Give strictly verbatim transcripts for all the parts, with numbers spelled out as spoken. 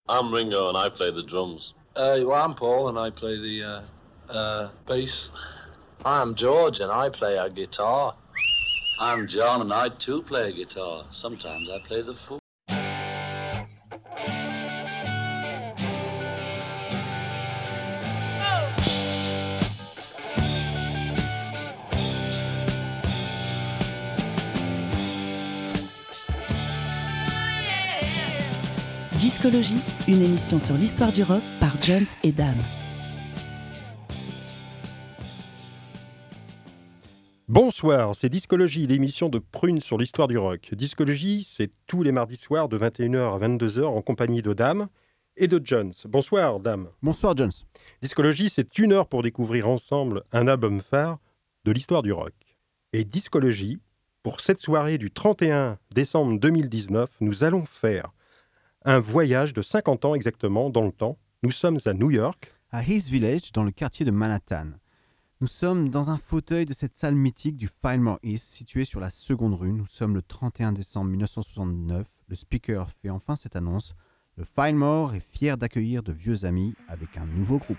I'm Ringo and I play the drums. Uh, well, I'm Paul and I play the uh, uh, bass. I'm George and I play a guitar. I'm John and I too play a guitar. Sometimes I play the fool. Discologie, une émission sur l'histoire du rock par Jones et Dame. Bonsoir, c'est Discologie, l'émission de Prune sur l'histoire du rock. Discologie, c'est tous les mardis soirs de vingt et une heures à vingt-deux heures en compagnie de Dame et de Jones. Bonsoir Dame. Bonsoir Jones. Discologie, c'est une heure pour découvrir ensemble un album phare de l'histoire du rock. Et Discologie, pour cette soirée du trente et un décembre deux mille dix-neuf, nous allons faire un voyage de cinquante ans exactement dans le temps. Nous sommes à New York. À East Village, dans le quartier de Manhattan. Nous sommes dans un fauteuil de cette salle mythique du Fillmore East, située sur la seconde rue. Nous sommes le trente et un décembre mille neuf cent soixante-neuf. Le speaker fait enfin cette annonce. Le Fillmore est fier d'accueillir de vieux amis avec un nouveau groupe.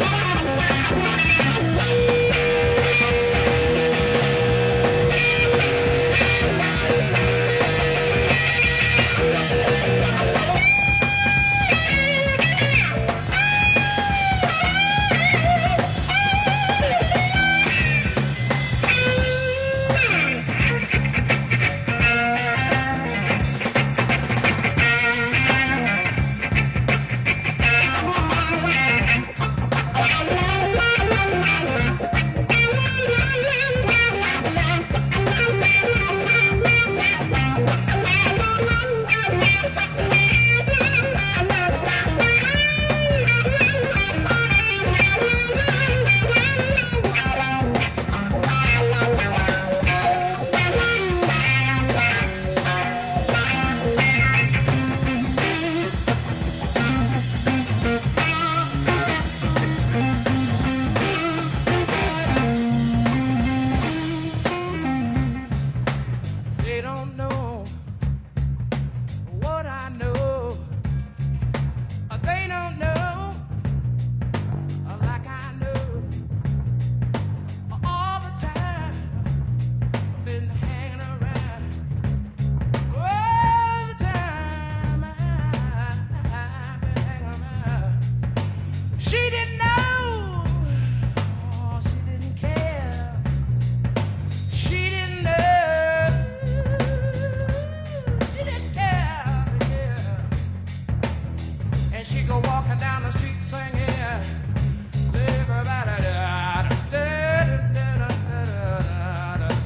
We'll be right back. down the street singing. Everybody da, da, da, da, da, da,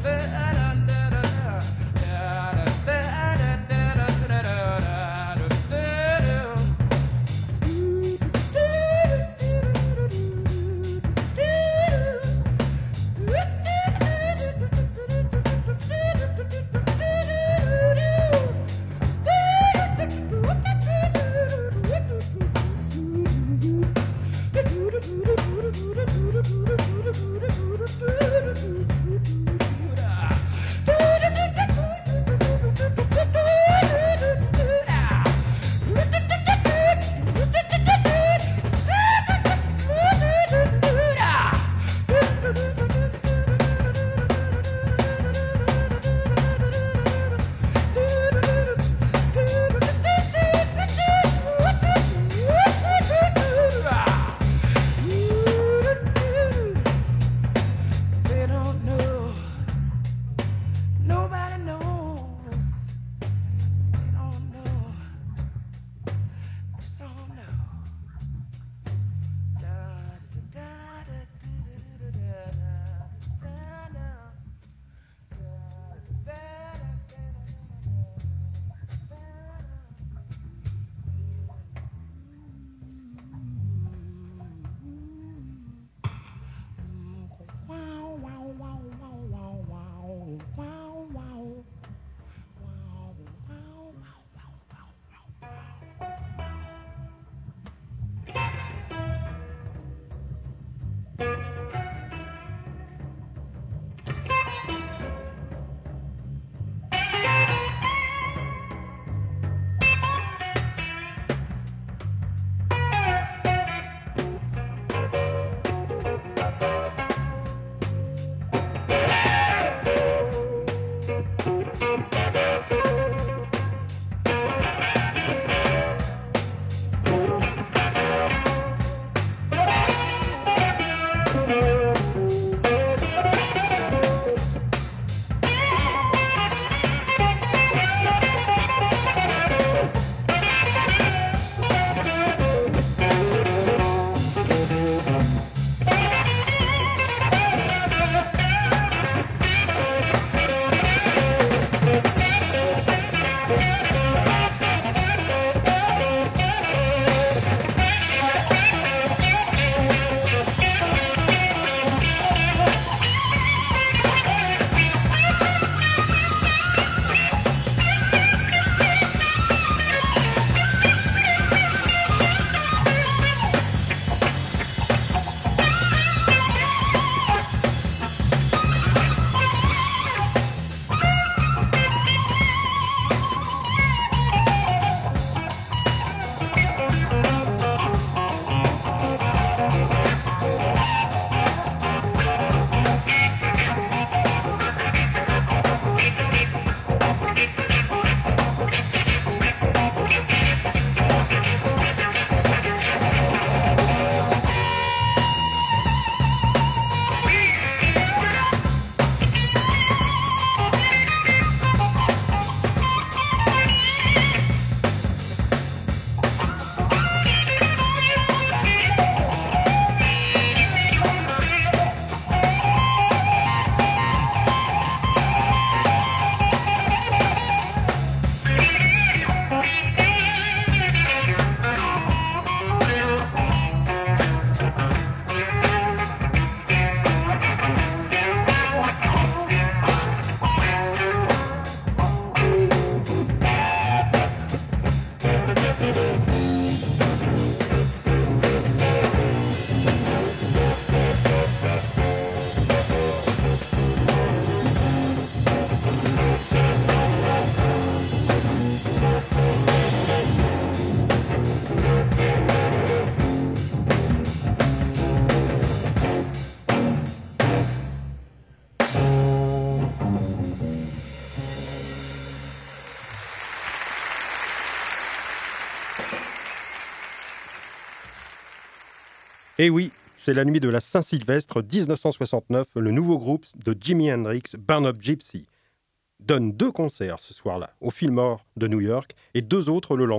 Et oui, c'est la nuit de la Saint-Sylvestre dix-neuf cent soixante-neuf, le nouveau groupe de Jimi Hendrix, Burn Up Gypsy, donne deux concerts ce soir-là, au Fillmore de New York, et deux autres le lendemain.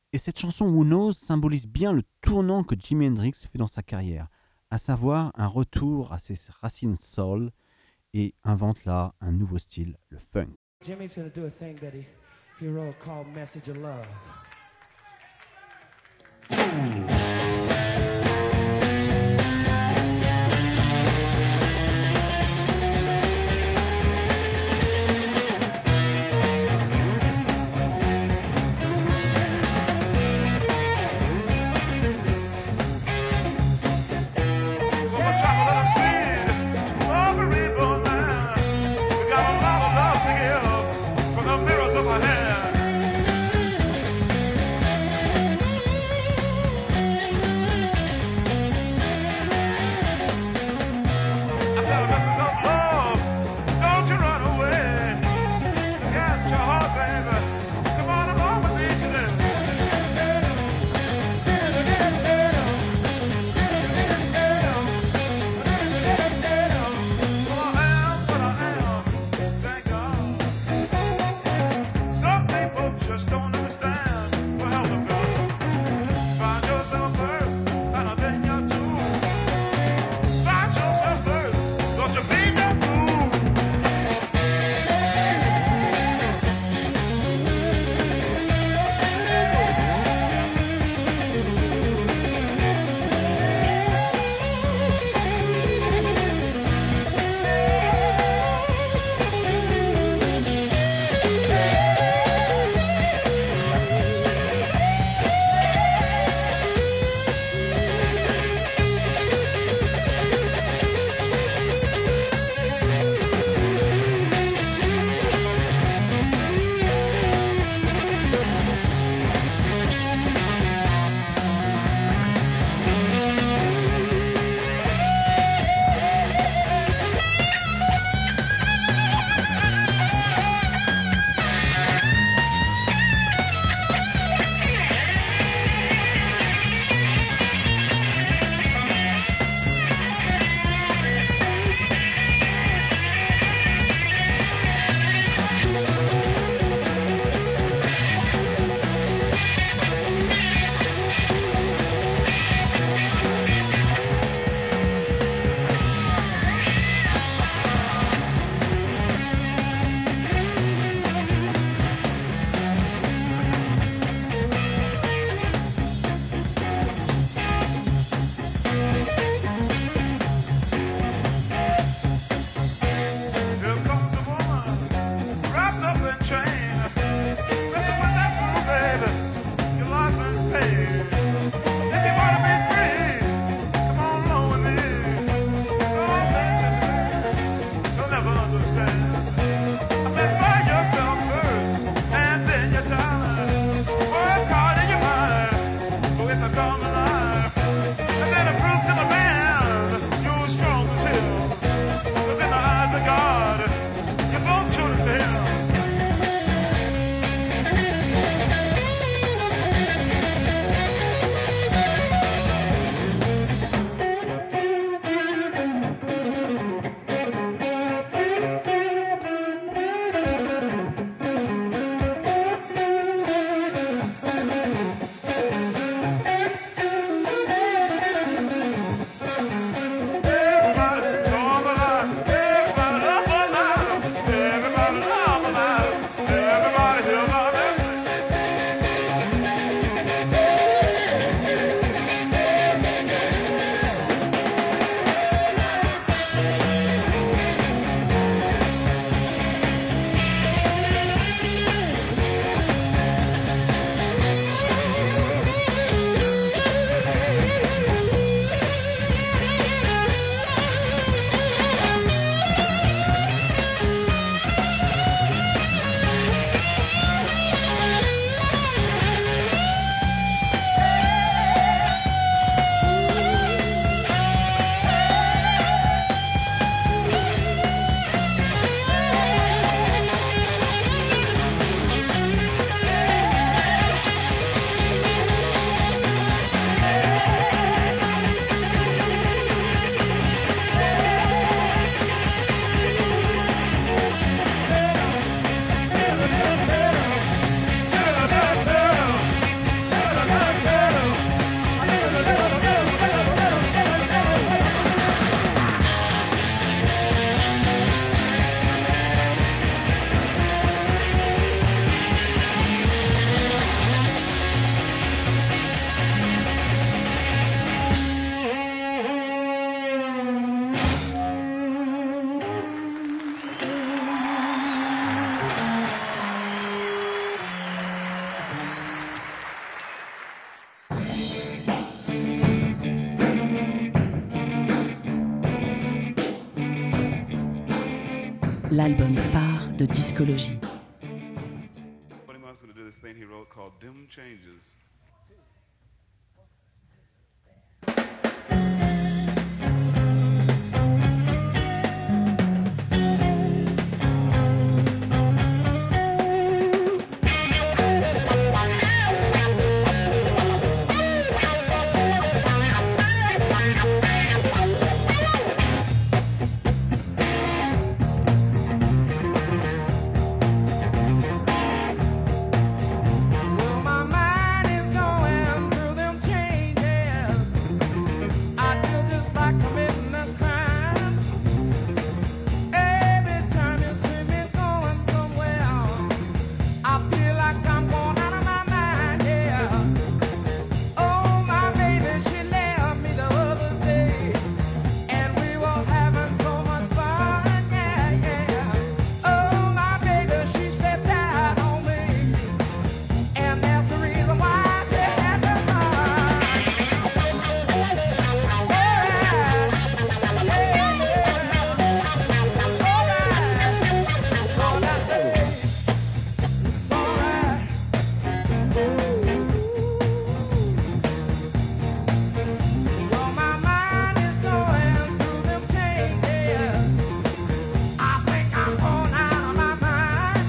Et cette chanson Who Knows symbolise bien le tournant que Jimi Hendrix fait dans sa carrière, à savoir un retour à ses racines soul et invente là un nouveau style, le funk. Jimmy's gonna do a thing that he, he wrote called Message of Love. Mirrors of my head. l'album phare de discologie. Buddy Moss going to do this thing he wrote called Dim Changes. Well, my mind is going through them changes. I feel just like committing a crime. Every time you see me going somewhere, I feel like I'm going out of my mind, yeah. Oh, my baby, she left me the other day, and we were having so much fun, yeah, yeah. Oh, my baby, she stepped out on me, and that's the reason why she had to run. It's alright, yeah, yeah. It's alright. All I say, it's alright. Well, my mind is going through them changes. I think I'm going out of my mind.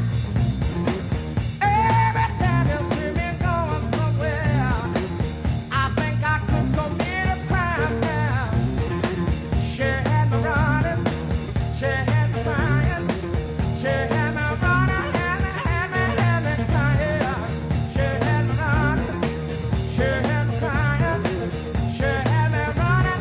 Every time you see me going somewhere, I think I could commit a crime now. She had me running, she had me crying, she had me running, had me, had me, had me crying. She had me running, she had me crying, she had me running.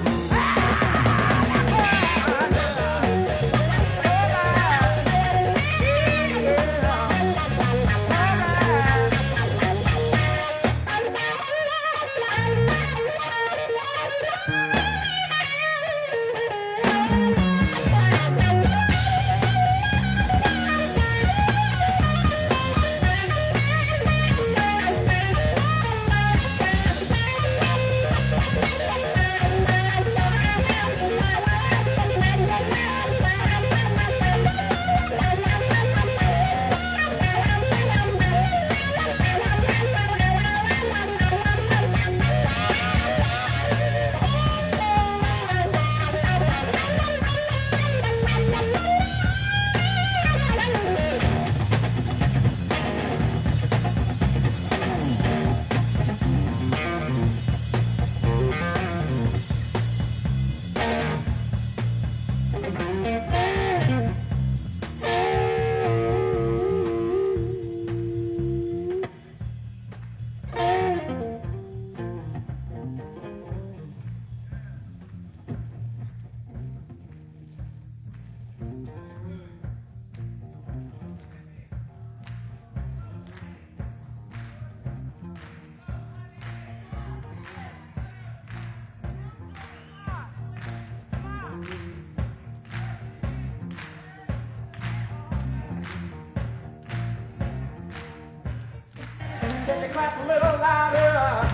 Can you clap a little louder?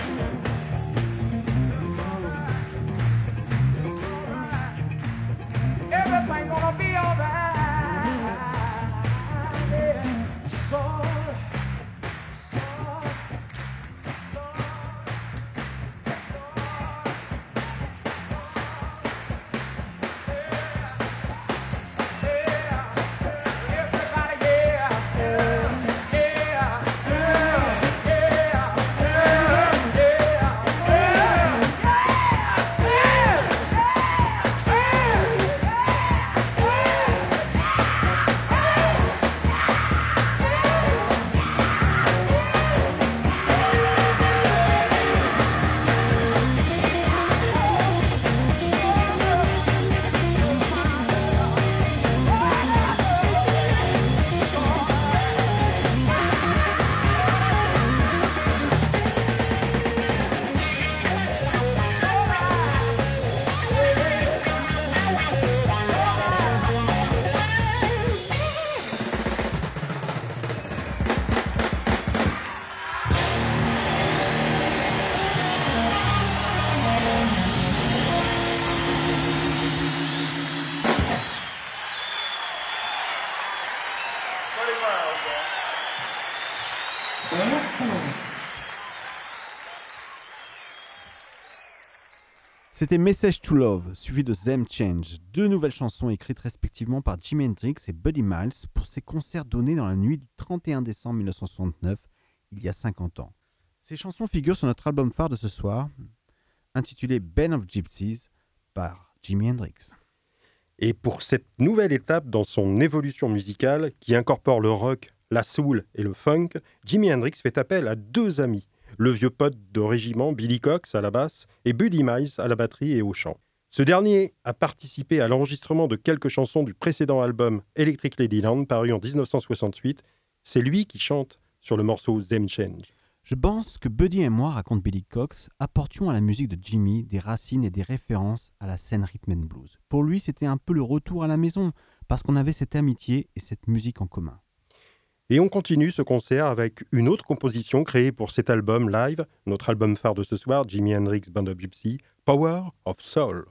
Everything gonna be alright. Yeah. So, so, everybody, yeah, yeah, yeah, yeah, yeah. C'était Message to Love, suivi de Them Change, deux nouvelles chansons écrites respectivement par Jimi Hendrix et Buddy Miles pour ses concerts donnés dans la nuit du trente et un décembre mille neuf cent soixante-neuf, il y a cinquante ans. Ces chansons figurent sur notre album phare de ce soir, intitulé Band of Gypsies par Jimi Hendrix. Et pour cette nouvelle étape dans son évolution musicale, qui incorpore le rock, la soul et le funk, Jimi Hendrix fait appel à deux amis, le vieux pote de régiment Billy Cox à la basse et Buddy Miles à la batterie et au chant. Ce dernier a participé à l'enregistrement de quelques chansons du précédent album Electric Ladyland paru en dix-neuf cent soixante-huit. C'est lui qui chante sur le morceau Them Change. Je pense que Buddy et moi, raconte Billy Cox, apportions à la musique de Jimi des racines et des références à la scène rhythm and blues. Pour lui, c'était un peu le retour à la maison, parce qu'on avait cette amitié et cette musique en commun. Et on continue ce concert avec une autre composition créée pour cet album live, notre album phare de ce soir, Jimi Hendrix Band of Gypsy, Power of Soul.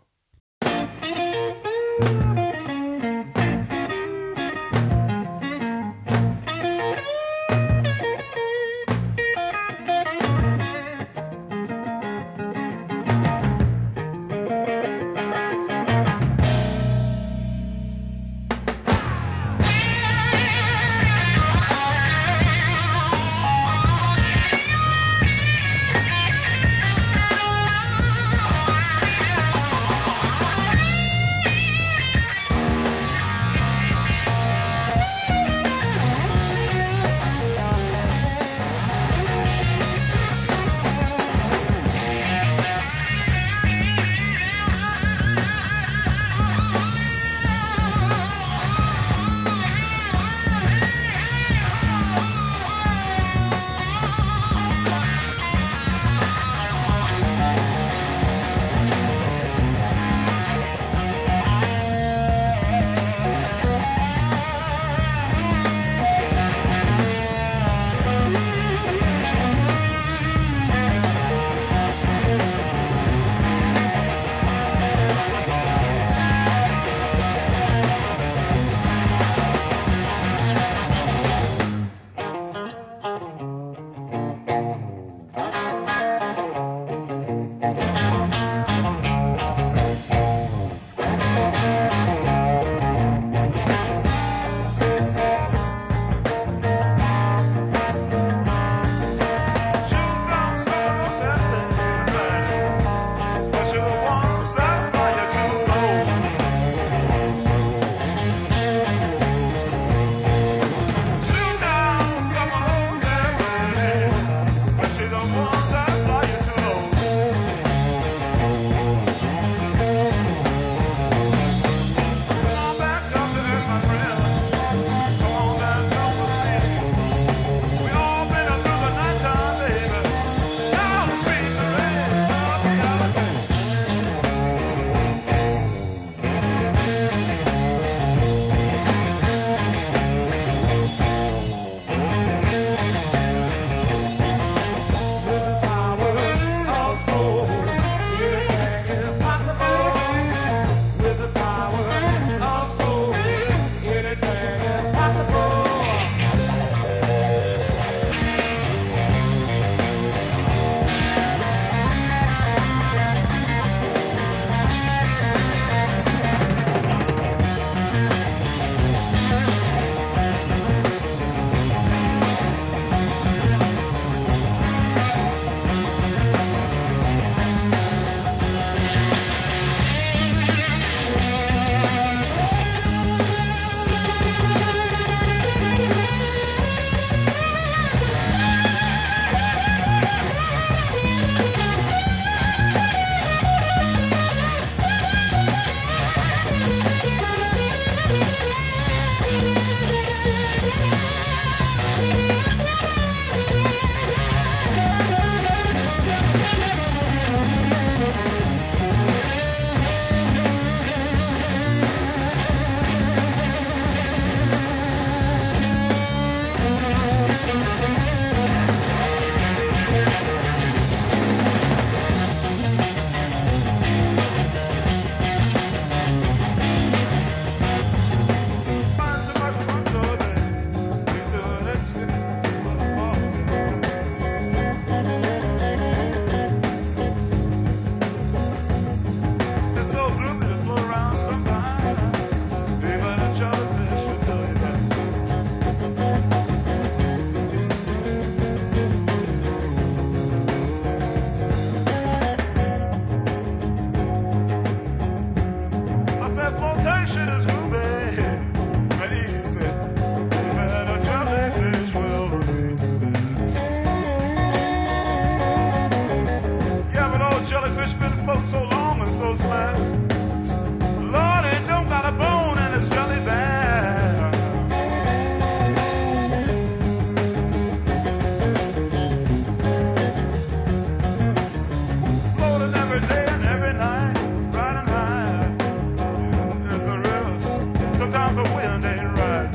jellyfish been float so long and so slack. Lord, it don't got a bone in its jelly bag. Floating every day and every night, riding high. There's a risk, sometimes the wind ain't right.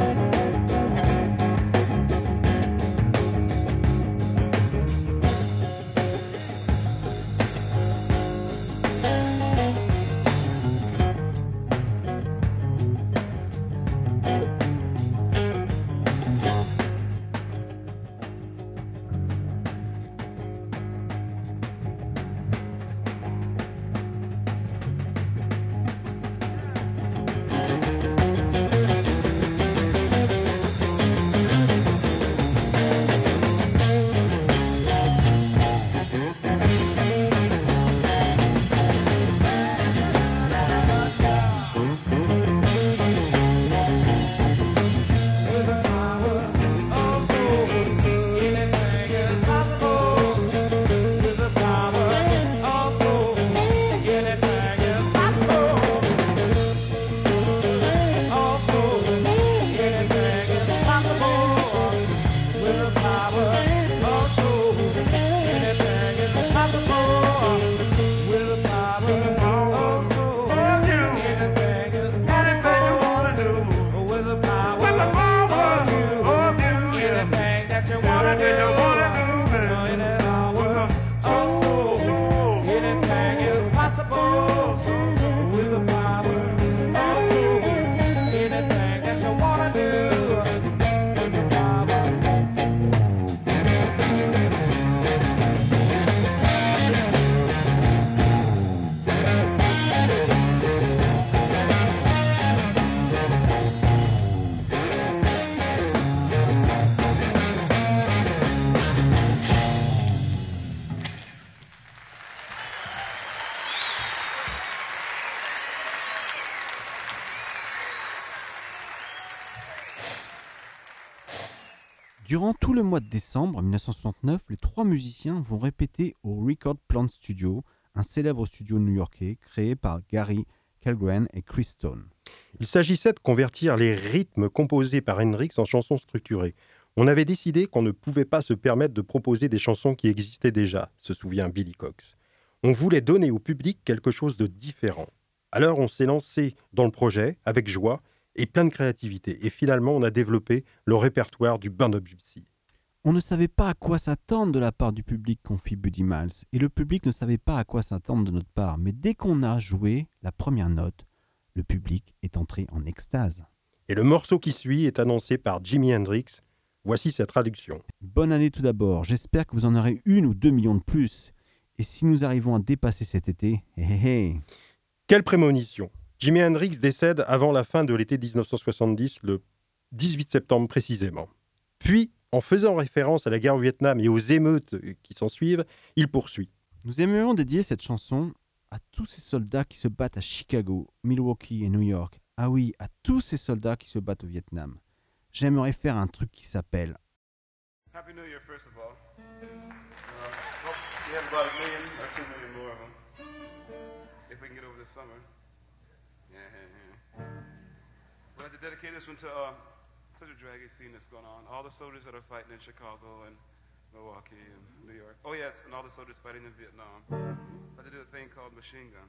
Durant tout le mois de décembre mille neuf cent soixante-neuf, les trois musiciens vont répéter au Record Plant Studio, un célèbre studio new-yorkais créé par Gary Kellgren et Chris Stone. Il s'agissait de convertir les rythmes composés par Hendrix en chansons structurées. On avait décidé qu'on ne pouvait pas se permettre de proposer des chansons qui existaient déjà, se souvient Billy Cox. On voulait donner au public quelque chose de différent. Alors on s'est lancé dans le projet avec joie et plein de créativité. Et finalement, on a développé le répertoire du Band of Gypsy. On ne savait pas à quoi s'attendre de la part du public, confie Buddy Miles, et le public ne savait pas à quoi s'attendre de notre part. Mais dès qu'on a joué la première note, le public est entré en extase. Et le morceau qui suit est annoncé par Jimi Hendrix. Voici sa traduction. Bonne année tout d'abord. J'espère que vous en aurez une ou deux millions de plus. Et si nous arrivons à dépasser cet été, hé hé hé. Quelle prémonition! Jimi Hendrix décède avant la fin de l'été dix-neuf cent soixante-dix, le dix-huit septembre précisément. Puis, en faisant référence à la guerre au Vietnam et aux émeutes qui s'ensuivent, il poursuit. Nous aimerions dédier cette chanson à tous ces soldats qui se battent à Chicago, Milwaukee et New York. Ah oui, à tous ces soldats qui se battent au Vietnam. J'aimerais faire un truc qui s'appelle... Happy New Year, first of all. Uh, hope we have about a million or two million more of them. If we can get over this summer. Yeah, yeah, yeah. We'd like to dedicate this one to uh, such a draggy scene that's going on. All the soldiers that are fighting in Chicago and Milwaukee and New York. Oh, yes, and all the soldiers fighting in Vietnam. I'd like to do a thing called Machine Gun.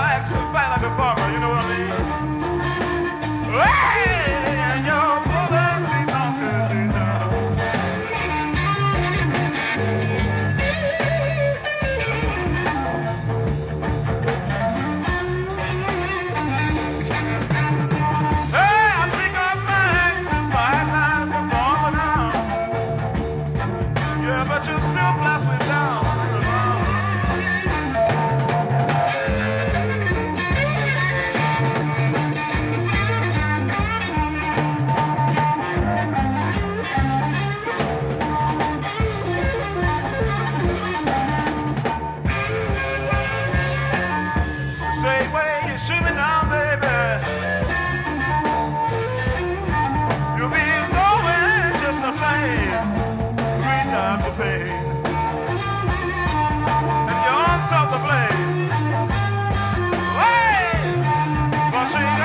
axe and fight like a farmer, you know what I mean? Hey, and your bullets keep knocking me down. Hey, I pick up my axe and fight like a farmer now. Yeah, but you still blast me down. Same way you shoot me down, baby. You'll be going just the same. Three times the pain. And you're on self the blame. Hey, Washington.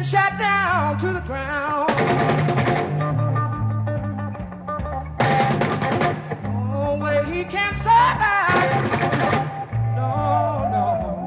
been shot down to the ground. Oh, well, he can't survive. No, no.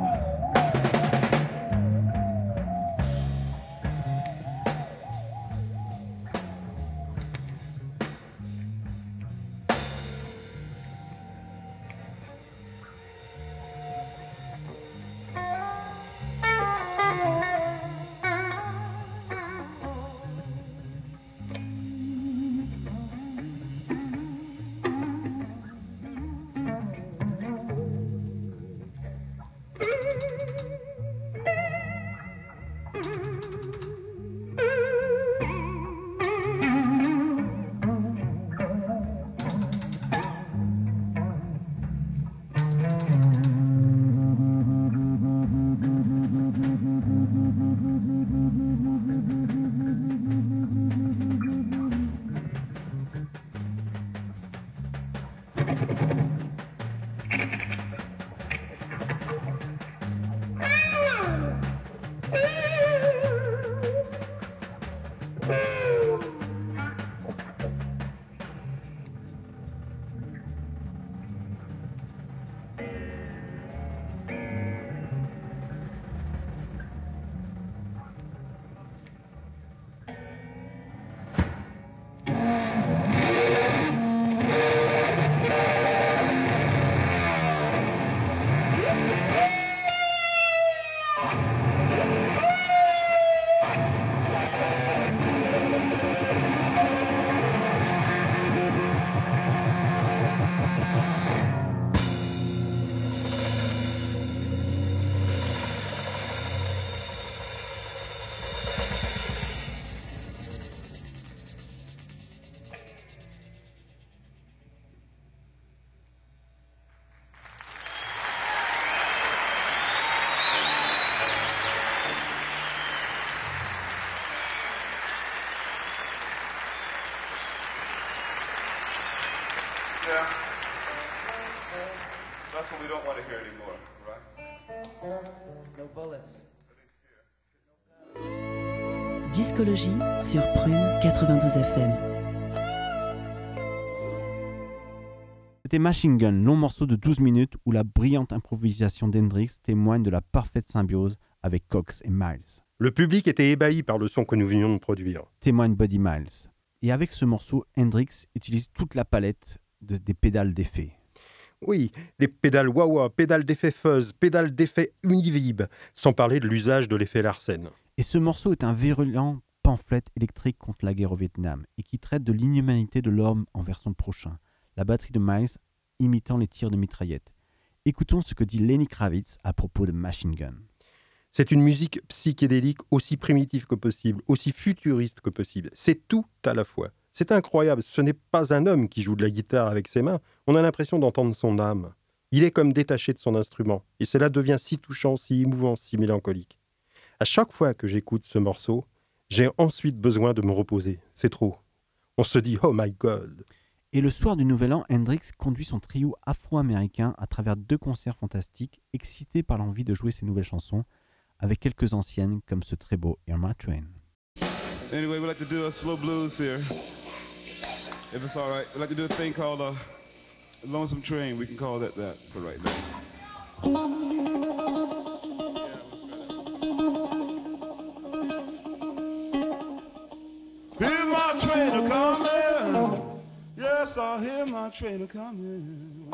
Yeah. That's what we don't want to hear anymore, right? No bullets. Discologie sur Prune quatre-vingt-douze F M. C'était Machine Gun, long morceau de douze minutes où la brillante improvisation d'Hendrix témoigne de la parfaite symbiose avec Cox et Miles. Le public était ébahi par le son que nous venions de produire. Témoigne Buddy Miles. Et avec ce morceau, Hendrix utilise toute la palette de, des pédales d'effet. Oui, les pédales wah-wah, pédales d'effet fuzz, pédales d'effet univib, sans parler de l'usage de l'effet Larsen. Et ce morceau est un virulent pamphlet électrique contre la guerre au Vietnam et qui traite de l'inhumanité de l'homme envers son prochain. La batterie de Miles imitant les tirs de mitraillette. Écoutons ce que dit Lenny Kravitz à propos de Machine Gun. C'est une musique psychédélique aussi primitive que possible, aussi futuriste que possible. C'est tout à la fois. C'est incroyable, ce n'est pas un homme qui joue de la guitare avec ses mains, on a l'impression d'entendre son âme. Il est comme détaché de son instrument, et cela devient si touchant, si émouvant, si mélancolique. À chaque fois que j'écoute ce morceau, j'ai ensuite besoin de me reposer. C'est trop. On se dit « Oh my God !» Et le soir du Nouvel An, Hendrix conduit son trio afro-américain à travers deux concerts fantastiques, excité par l'envie de jouer ses nouvelles chansons, avec quelques anciennes comme ce très beau Irma Train. Anyway, we'd like to do a slow blues here. If it's all right, we'd like to do a thing called a Lonesome Train. We can call that that for right now. Hear my train a coming. Yes, I hear my train a coming.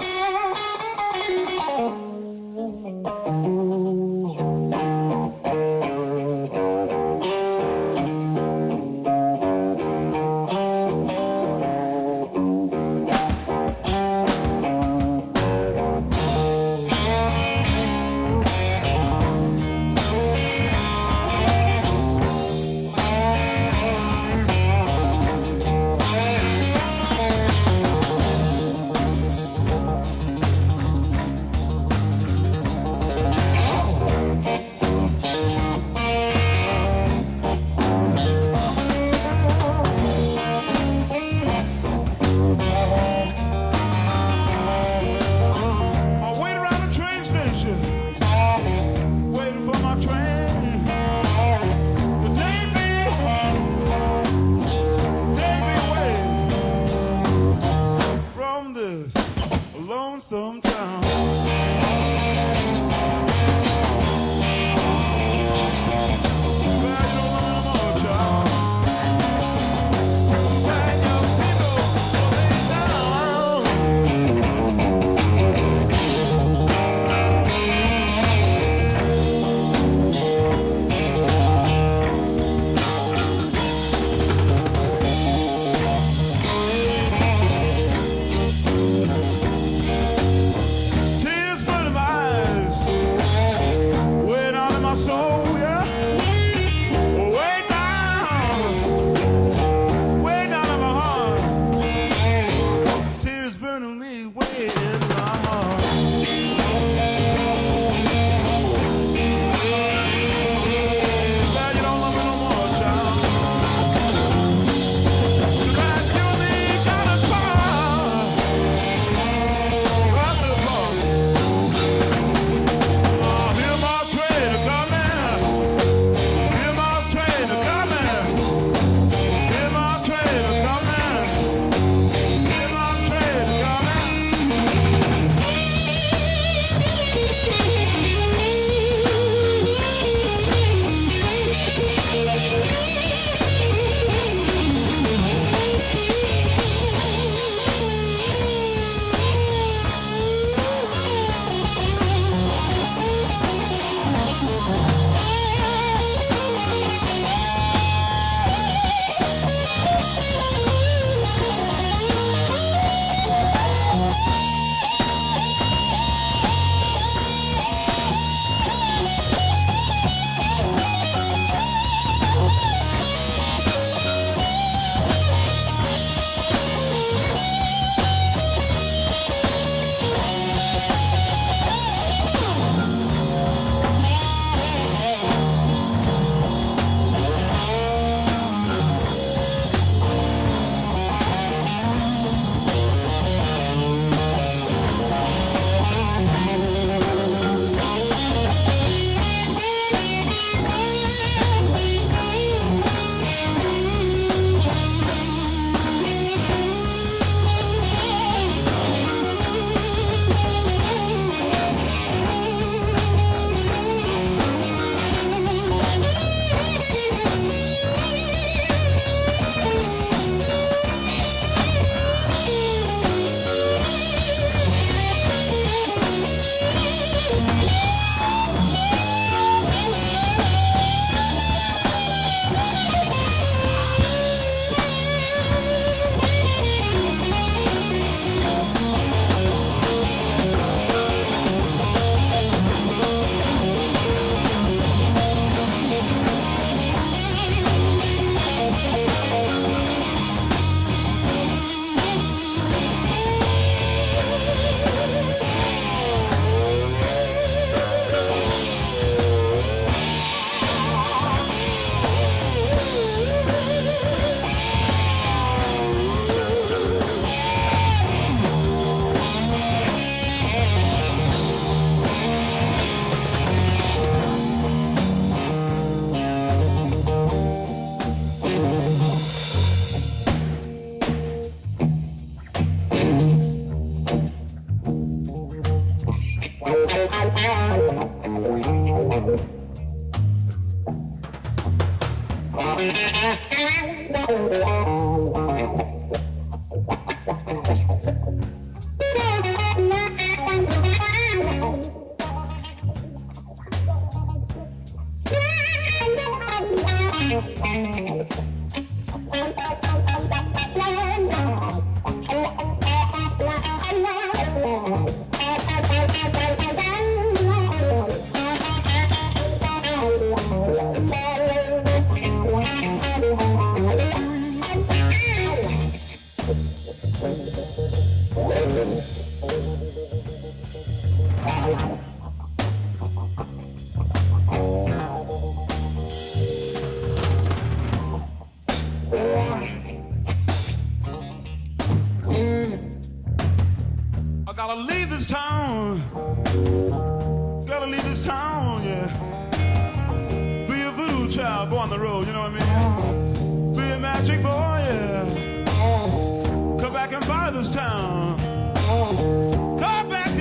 sometime. Well, you don't want no more, child. When your people lay down. Tears burning my eyes, way down in my soul, yeah. Way down, way down in my heart. Tears burning me way in my heart. Well, you don't love me no more, child. Too bad you and me got us far. Right to the park. Oh, hear my train a-coming. Hear my train a-coming. Hear my train a-coming. Hear my train a-coming. I gotta leave this town. Gotta leave this town, yeah. Be a voodoo child, go on the road, you know what I mean? Be a magic boy, yeah. Come back and buy this town. Come back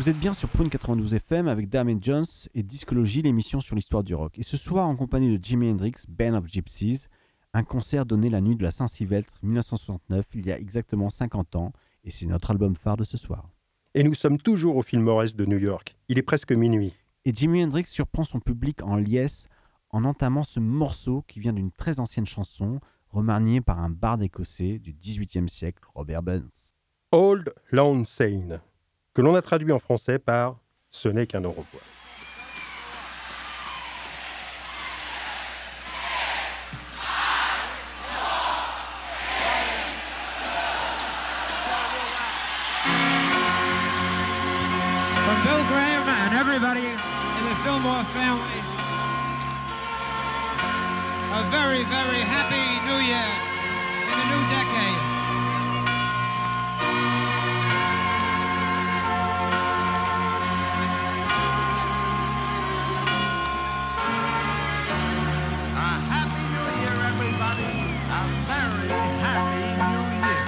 Vous êtes bien sur Prune quatre-vingt-douze F M avec Damien Jones et Discologie, l'émission sur l'histoire du rock. Et ce soir, en compagnie de Jimi Hendrix, Band of Gypsys, un concert donné la nuit de la Saint-Sylvestre mille neuf cent soixante-neuf, il y a exactement cinquante ans, et c'est notre album phare de ce soir. Et nous sommes toujours au Fillmore de New York. Il est presque minuit. Et Jimi Hendrix surprend son public en liesse en entamant ce morceau qui vient d'une très ancienne chanson, remaniée par un barde écossais du dix-huitième siècle, Robert Burns. Old Lang Syne, que l'on a traduit en français par « Ce n'est qu'un au revoir ». From Bill Graham and everybody in the Fillmore family, a very, very happy new year in the new decade. A happy new year, everybody. A very happy new year.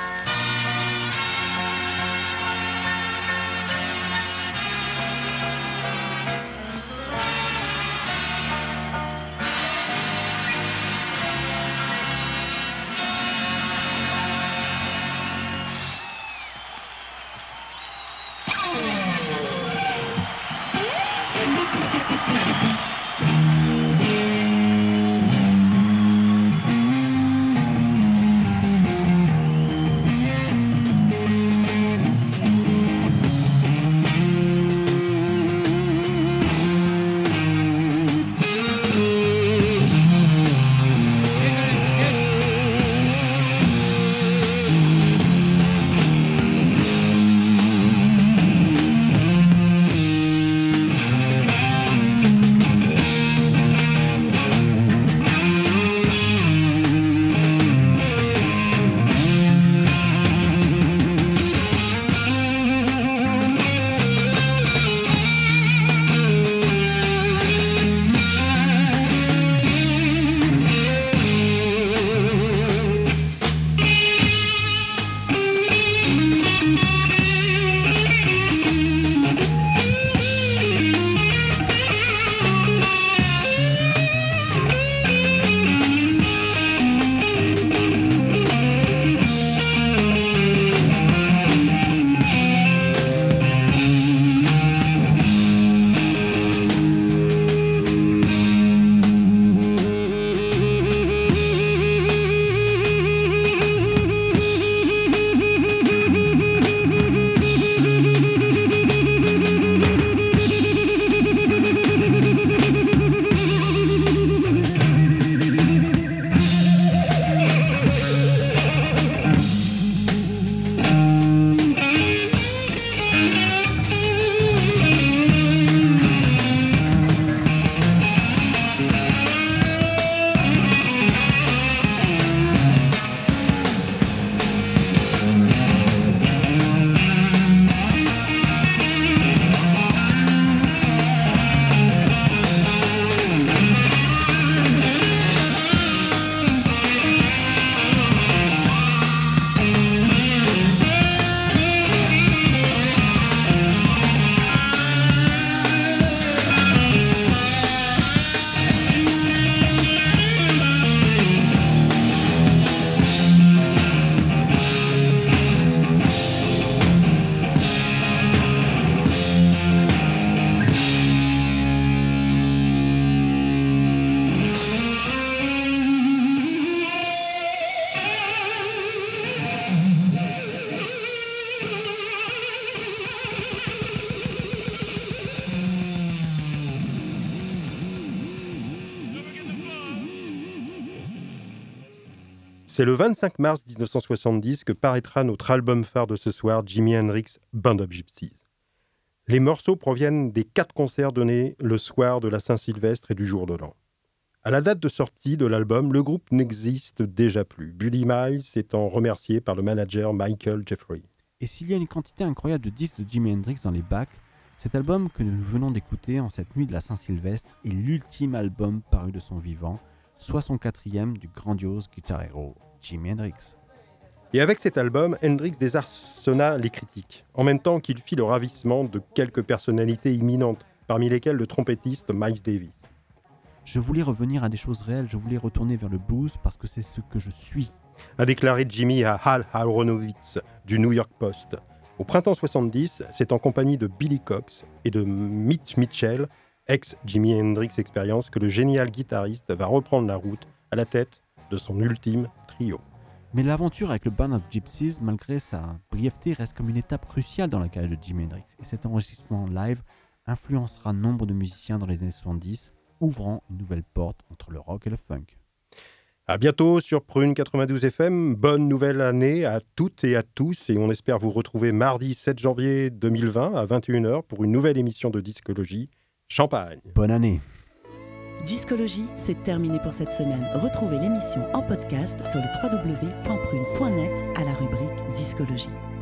C'est le vingt-cinq mars dix-neuf cent soixante-dix que paraîtra notre album phare de ce soir, Jimi Hendrix Band of Gypsys. Les morceaux proviennent des quatre concerts donnés le soir de la Saint-Sylvestre et du jour de l'an. À la date de sortie de l'album, le groupe n'existe déjà plus, Buddy Miles étant remercié par le manager Michael Jeffrey. Et s'il y a une quantité incroyable de disques de Jimi Hendrix dans les bacs, cet album que nous venons d'écouter en cette nuit de la Saint-Sylvestre est l'ultime album paru de son vivant, soit son quatrième du grandiose guitar héros Jimi Hendrix. Et avec cet album, Hendrix désarçonna les critiques, en même temps qu'il fit le ravissement de quelques personnalités imminentes, parmi lesquelles le trompettiste Miles Davis. Je voulais revenir à des choses réelles, je voulais retourner vers le blues parce que c'est ce que je suis. A déclaré Jimmy à Hal Aronowitz du New York Post. Au printemps soixante-dix, c'est en compagnie de Billy Cox et de Mitch Mitchell, ex-Jimi Hendrix Experience, que le génial guitariste va reprendre la route à la tête de son ultime trio. Mais l'aventure avec le Band of Gypsies, malgré sa brièveté, reste comme une étape cruciale dans la carrière de Jimi Hendrix. Et cet enregistrement live influencera nombre de musiciens dans les années soixante-dix, ouvrant une nouvelle porte entre le rock et le funk. À bientôt sur Prune quatre-vingt-douze F M. Bonne nouvelle année à toutes et à tous. Et on espère vous retrouver mardi sept janvier deux mille vingt à vingt et une heures pour une nouvelle émission de Discologie. Champagne. Bonne année. Discologie, c'est terminé pour cette semaine. Retrouvez l'émission en podcast sur le w w w point prune point net à la rubrique Discologie.